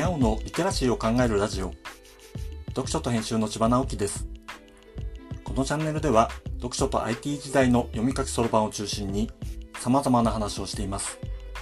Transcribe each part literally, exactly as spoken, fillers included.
にゃおのリテラシーを考えるラジオ。読書と編集の千葉直樹です。このチャンネルでは読書と アイティー 時代の読み書きそろばんを中心に様々な話をしています。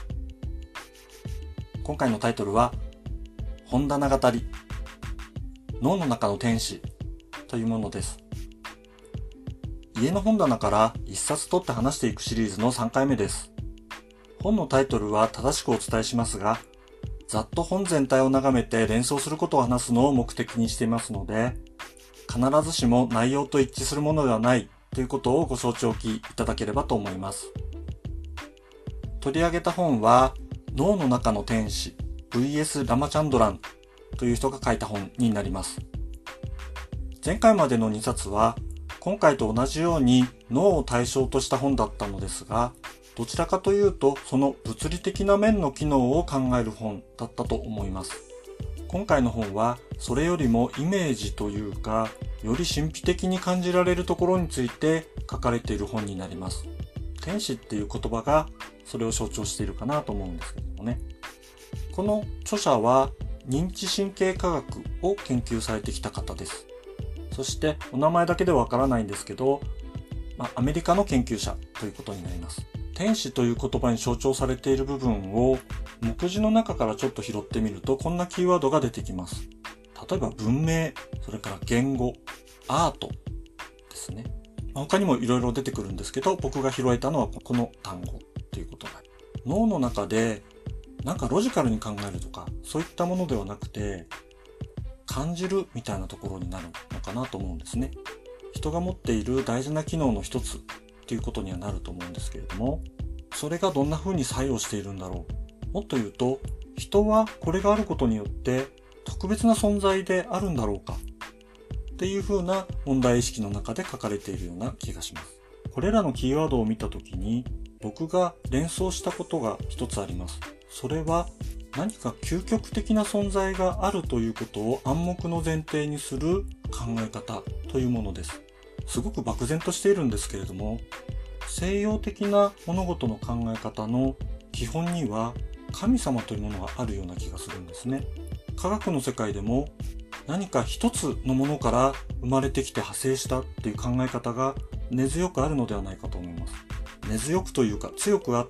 今回のタイトルは本棚語り、脳の中の天使というものです。家の本棚から一冊取って話していくシリーズのさんかいめです。本のタイトルは正しくお伝えしますが、ざっと本全体を眺めて連想することを話すのを目的にしていますので、必ずしも内容と一致するものではないということをご承知おきいただければと思います。取り上げた本は、脳の中の天使 ブイエス ラマチャンドランという人が書いた本になります。前回までのにさつは、今回と同じように脳を対象とした本だったのですが、どちらかというとその物理的な面の機能を考える本だったと思います。今回の本はそれよりもイメージというか、より神秘的に感じられるところについて書かれている本になります。天使っていう言葉がそれを象徴しているかなと思うんですけどもね。この著者は認知神経科学を研究されてきた方です。そしてお名前だけではわからないんですけど、まあ、アメリカの研究者ということになります。天使という言葉に象徴されている部分を目次の中からちょっと拾ってみると、こんなキーワードが出てきます。例えば文明、それから言語、アートですね。他にもいろいろ出てくるんですけど、僕が拾えたのはこの単語ということになります。脳の中でなんかロジカルに考えるとか、そういったものではなくて、感じるみたいなところになるのかなと思うんですね。人が持っている大事な機能の一つということにはなると思うんですけれども、それがどんな風に作用しているんだろう。もっと言うと、人はこれがあることによって特別な存在であるんだろうかっていう風な問題意識の中で書かれているような気がします。これらのキーワードを見たときに、僕が連想したことが一つあります。それは何か究極的な存在があるということを暗黙の前提にする考え方というものです。すごく漠然としているんですけれども、西洋的な物事の考え方の基本には神様というものがあるような気がするんですね。科学の世界でも何か一つのものから生まれてきて派生したっていう考え方が根強くあるのではないかと思います。根強くというか強くあって、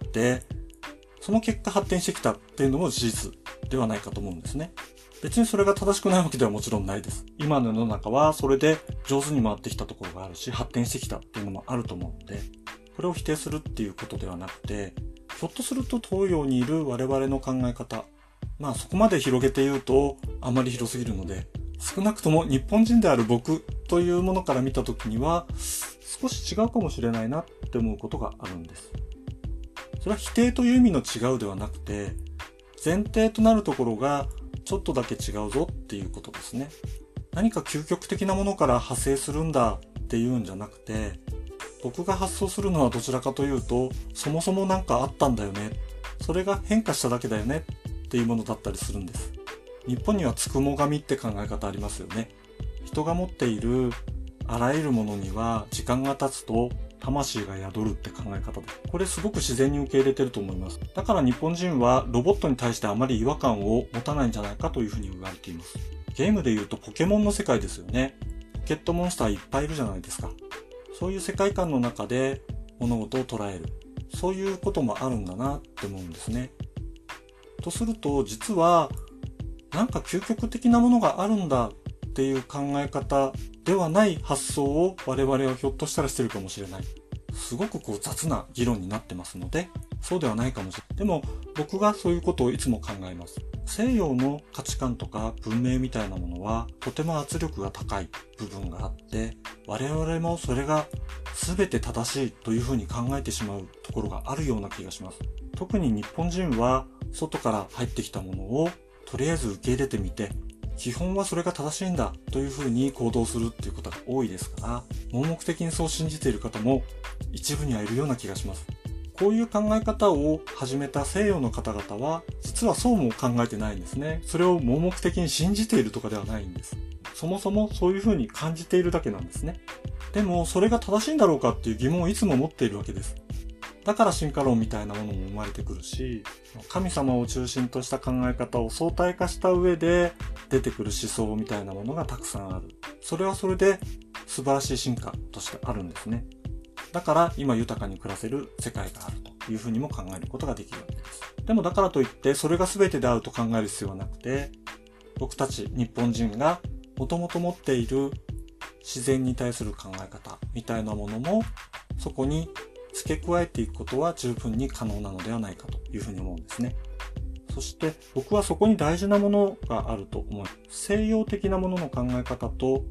その結果発展してきたっていうのも事実ではないかと思うんですね。別にそれが正しくないわけではもちろんないです。今の世の中はそれで上手に回ってきたところがあるし、発展してきたっていうのもあると思うので、これを否定するっていうことではなくて、ひょっとすると東洋にいる我々の考え方、まあそこまで広げて言うとあまり広すぎるので、少なくとも日本人である僕というものから見たときには少し違うかもしれないなって思うことがあるんです。それは否定という意味の違うではなくて、前提となるところがちょっとだけ違うぞっていうことですね。何か究極的なものから派生するんだっていうんじゃなくて、僕が発想するのはどちらかというと、そもそもなんかあったんだよね。それが変化しただけだよねっていうものだったりするんです。日本にはつくも神って考え方ありますよね。人が持っているあらゆるものには時間が経つと魂が宿るって考え方で、これすごく自然に受け入れてると思います。だから日本人はロボットに対してあまり違和感を持たないんじゃないかというふうに言われています。ゲームで言うとポケモンの世界ですよね。ポケットモンスターいっぱいいるじゃないですか。そういう世界観の中で物事を捉える。そういうこともあるんだなって思うんですね。とすると実はなんか究極的なものがあるんだっていう考え方ではない発想を我々はひょっとしたらしてるかもしれない。すごくこう雑な議論になってますので、そうではないかもしれない。でも僕がそういうことをいつも考えます。西洋の価値観とか文明みたいなものはとても圧力が高い部分があって、我々もそれが全て正しいというふうに考えてしまうところがあるような気がします。特に日本人は外から入ってきたものをとりあえず受け入れてみて、基本はそれが正しいんだというふうに行動するっていうことが多いですから、盲目的にそう信じている方も一部にはいるような気がします。こういう考え方を始めた西洋の方々は実はそうも考えてないんですね。それを盲目的に信じているとかではないんです。そもそもそういうふうに感じているだけなんですね。でもそれが正しいんだろうかっていう疑問をいつも持っているわけです。 だから進化論みたいなものも生まれてくるし、神様を中心とした考え方を相対化した上で出てくる思想みたいなものがたくさんある。それはそれで素晴らしい進化としてあるんですね。だから今豊かに暮らせる世界があるというふうにも考えることができるわけです。でもだからといってそれが全てであると考える必要はなくて、僕たち日本人がもともと持っている自然に対する考え方みたいなものもそこに付け加えていくことは十分に可能なのではないかというふうに思うんですね。そして僕はそこに大事なものがあると思います。西洋的なものの考え方と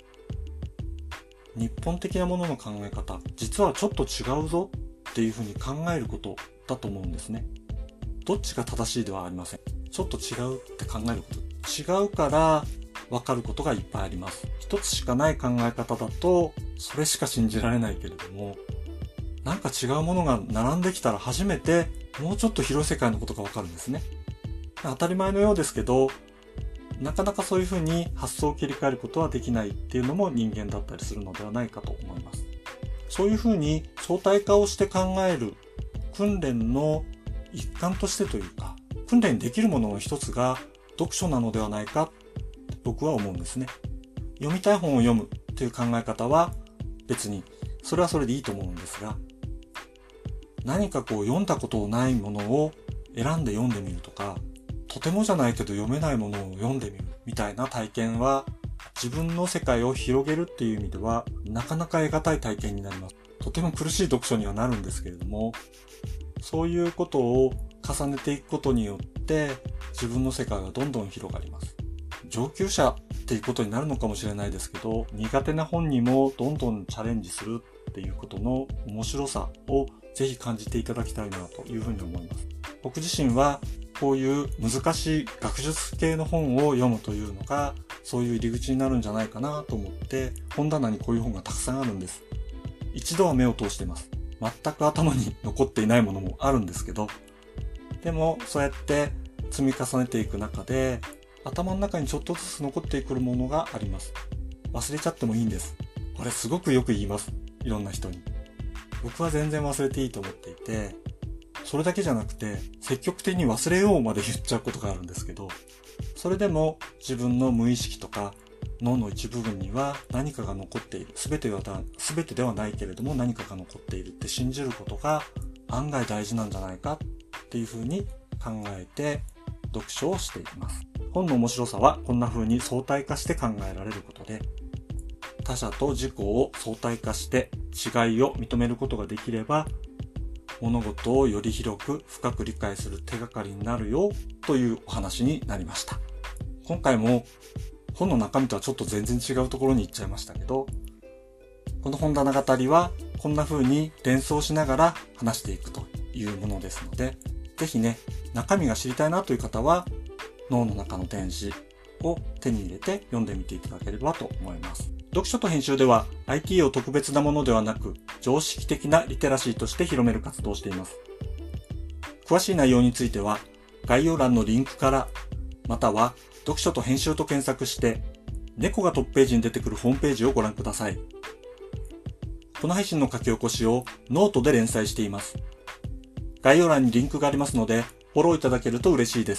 日本的なものの考え方、実はちょっと違うぞっていうふうに考えることだと思うんですね。どっちが正しいではありません。ちょっと違うって考えること。違うから分かることがいっぱいあります。一つしかない考え方だとそれしか信じられないけれども、なんか違うものが並んできたら初めてもうちょっと広い世界のことが分かるんですね。当たり前のようですけど、なかなかそういうふうに発想を切り替えることはできないっていうのも人間だったりするのではないかと思います。そういうふうに相対化をして考える訓練の一環としてというか、訓練できるものの一つが読書なのではないかって僕は思うんですね。読みたい本を読むという考え方は別にそれはそれでいいと思うんですが、何かこう読んだことないものを選んで読んでみるとか、とてもじゃないけど読めないものを読んでみるみたいな体験は自分の世界を広げるっていう意味ではなかなか得難い体験になります。とても苦しい読書にはなるんですけれども、そういうことを重ねていくことによって自分の世界がどんどん広がります。上級者っていうことになるのかもしれないですけど、苦手な本にもどんどんチャレンジするっていうことの面白さをぜひ感じていただきたいなというふうに思います。僕自身はこういう難しい学術系の本を読むというのがそういう入り口になるんじゃないかなと思って本棚にこういう本がたくさんあるんです。一度は目を通してます。全く頭に残っていないものもあるんですけど、でもそうやって積み重ねていく中で頭の中にちょっとずつ残ってくるものがあります。忘れちゃってもいいんです。これすごくよく言います。いろんな人に。僕は全然忘れていいと思っていて、それだけじゃなくて積極的に忘れようまで言っちゃうことがあるんですけど、それでも自分の無意識とか脳の一部分には何かが残っている。全てはだ、全てではないけれども何かが残っているって信じることが案外大事なんじゃないかっていうふうに考えて読書をしています。本の面白さはこんな風に相対化して考えられることで、他者と自己を相対化して違いを認めることができれば物事をより広く深く理解する手がかりになるよというお話になりました。今回も本の中身とはちょっと全然違うところに行っちゃいましたけど、この本棚語りはこんな風に連想しながら話していくというものですので、ぜひね、中身が知りたいなという方は脳の中の天使を手に入れて読んでみていただければと思います。読書と編集では アイティー を特別なものではなく常識的なリテラシーとして広める活動をしています。詳しい内容については概要欄のリンクからまたは読書と編集と検索して猫がトップページに出てくるホームページをご覧ください。この配信の書き起こしをノートで連載しています。概要欄にリンクがありますのでフォローいただけると嬉しいです。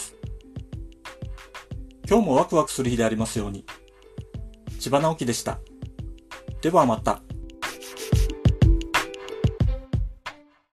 今日もワクワクする日でありますように。千葉直樹でした。ではまた。